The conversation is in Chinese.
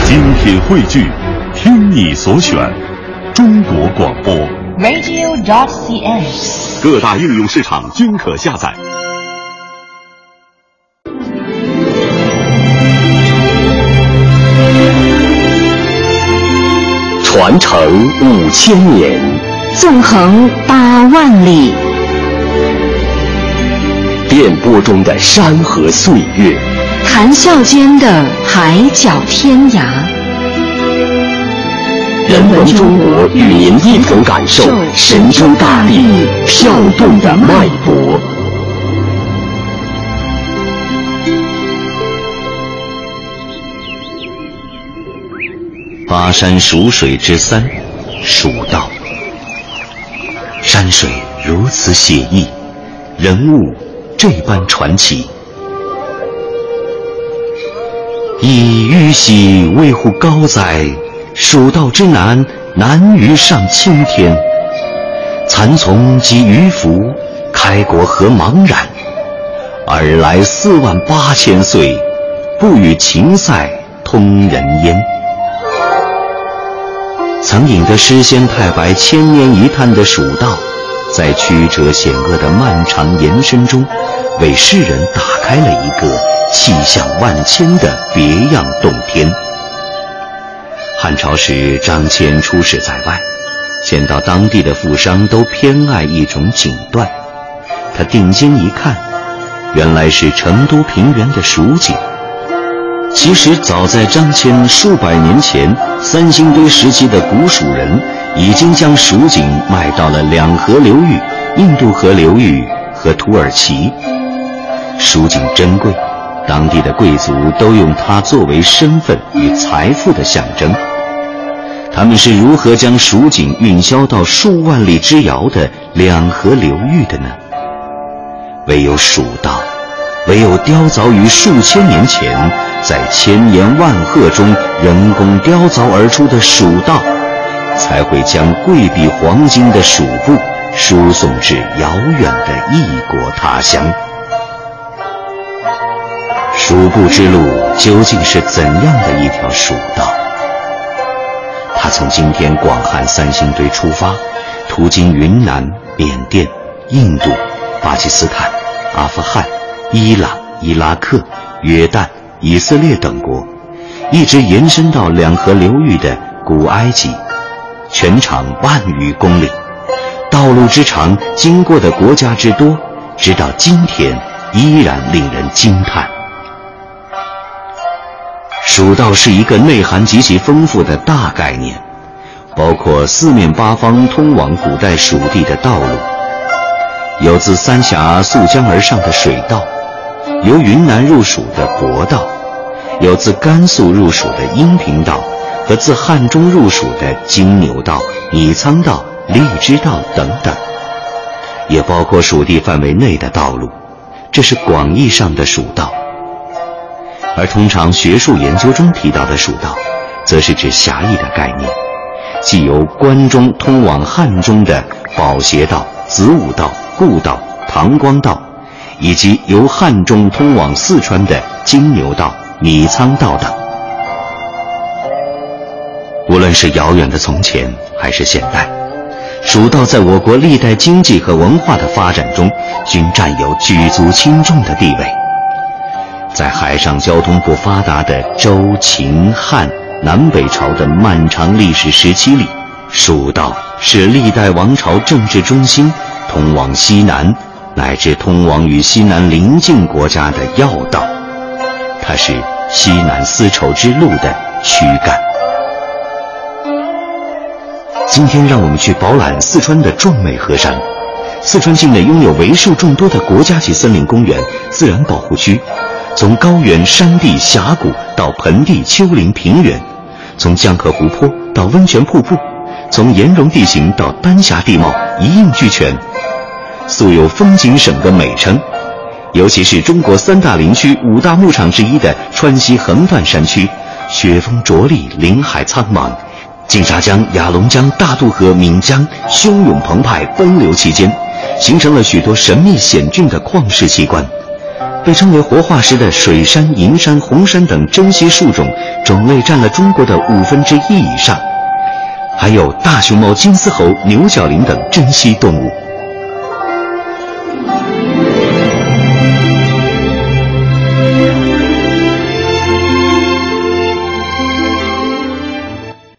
精品汇聚，听你所选，中国广播 radio.cn， 各大应用市场均可下载。 传承5000年， 纵横8万里， 电波中的山河岁月， 谈笑间的海角天涯。 人文中国与您一同感受神州大地跳动的脉搏。 巴山蜀水之三，蜀道。山水如此写意，人物这般传奇。以虞兮为乎高哉，蜀道之难，难于上青天。蚕丛及鱼凫，开国何茫然？尔来48000岁，不与秦塞通人烟。曾引得诗仙太白千年一叹的蜀道，在曲折险恶的漫长延伸中，为诗人打开了一个气象万千的别样洞天。汉朝时，张骞出使在外，见到当地的富商都偏爱一种锦缎，他定睛一看，原来是成都平原的蜀锦。其实早在张骞数百年前，三星堆时期的古蜀人已经将蜀锦卖到了两河流域、印度河流域和土耳其。蜀锦珍贵，当地的贵族都用它作为身份与财富的象征。他们是如何将蜀锦运销到数万里之遥的两河流域的呢？唯有蜀道，唯有雕凿于数千年前，在千言万壑中人工雕凿而出的蜀道，才会将贵比黄金的蜀布输送至遥远的异国他乡。蜀布之路究竟是怎样的一条蜀道？它从今天广汉三星堆出发，途经云南、缅甸、印度、巴基斯坦、阿富汗、伊朗、伊拉克、约旦、以色列等国，一直延伸到两河流域的古埃及，全长10000余公里。道路之长，经过的国家之多，直到今天依然令人惊叹。蜀道是一个内涵极其丰富的大概念，包括四面八方通往古代蜀地的道路，有自三峡溯江而上的水道，由云南入蜀的博道，有自甘肃入蜀的阴平道，和自汉中入蜀的金牛道、拟苍道、荔枝道等等，也包括蜀地范围内的道路，这是广义上的蜀道。而通常学术研究中提到的蜀道，则是指狭义的概念，即由关中通往汉中的保协道、子午道、故道、唐光道，以及由汉中通往四川的金牛道、拟苍道等。无论是遥远的从前还是现代，蜀道在我国历代经济和文化的发展中均占有举足轻重的地位。在海上交通不发达的周、秦、汉、南北朝的漫长历史时期里，蜀道是历代王朝政治中心，通往西南乃至通往与西南邻近国家的要道，它是西南丝绸之路的躯干。今天让我们去饱览四川的壮美河山。四川境内拥有为数众多的国家级森林公园、自然保护区，从高原、山地、峡谷到盆地、丘陵、平原，从江河湖泊到温泉瀑布，从岩溶地形到丹霞地貌，一应俱全，素有风景省的美称。尤其是中国3大林区、5大牧场之一的川西横断山区，雪峰着力，林海苍茫，金沙江、雅龙江、大渡河、岷江汹涌澎湃奔流其间，形成了许多神秘险峻的旷世奇观。 被称为活化石的水杉、银杉、红杉等珍稀树种，种类占了中国的1/5以上。还有大熊猫、金丝猴、牛角羚等珍稀动物。